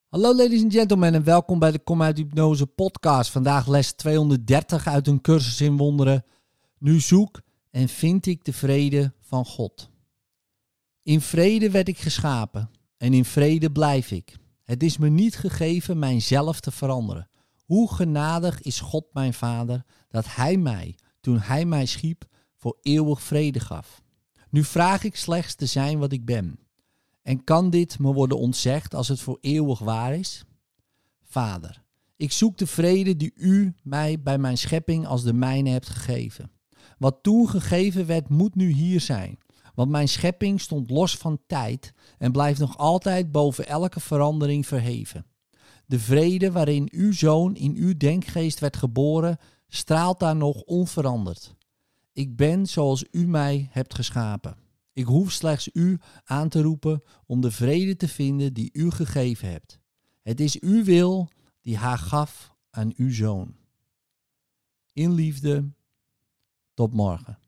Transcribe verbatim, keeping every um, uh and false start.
Hallo ladies and gentlemen en welkom bij de Kom uit Hypnose podcast. Vandaag les tweehonderddertig uit een cursus in wonderen. Nu zoek en vind ik de vrede van God. In vrede werd ik geschapen en in vrede blijf ik. Het is me niet gegeven mijzelf te veranderen. Hoe genadig is God mijn Vader dat Hij mij, toen Hij mij schiep, voor eeuwig vrede gaf. Nu vraag ik slechts te zijn wat ik ben. En kan dit me worden ontzegd als het voor eeuwig waar is? Vader, ik zoek de vrede die u mij bij mijn schepping als de mijne hebt gegeven. Wat toen gegeven werd, moet nu hier zijn. Want mijn schepping stond los van tijd en blijft nog altijd boven elke verandering verheven. De vrede waarin uw zoon in uw denkgeest werd geboren, straalt daar nog onveranderd. Ik ben zoals u mij hebt geschapen. Ik hoef slechts u aan te roepen om de vrede te vinden die u gegeven hebt. Het is uw wil die haar gaf aan uw zoon. In liefde, tot morgen.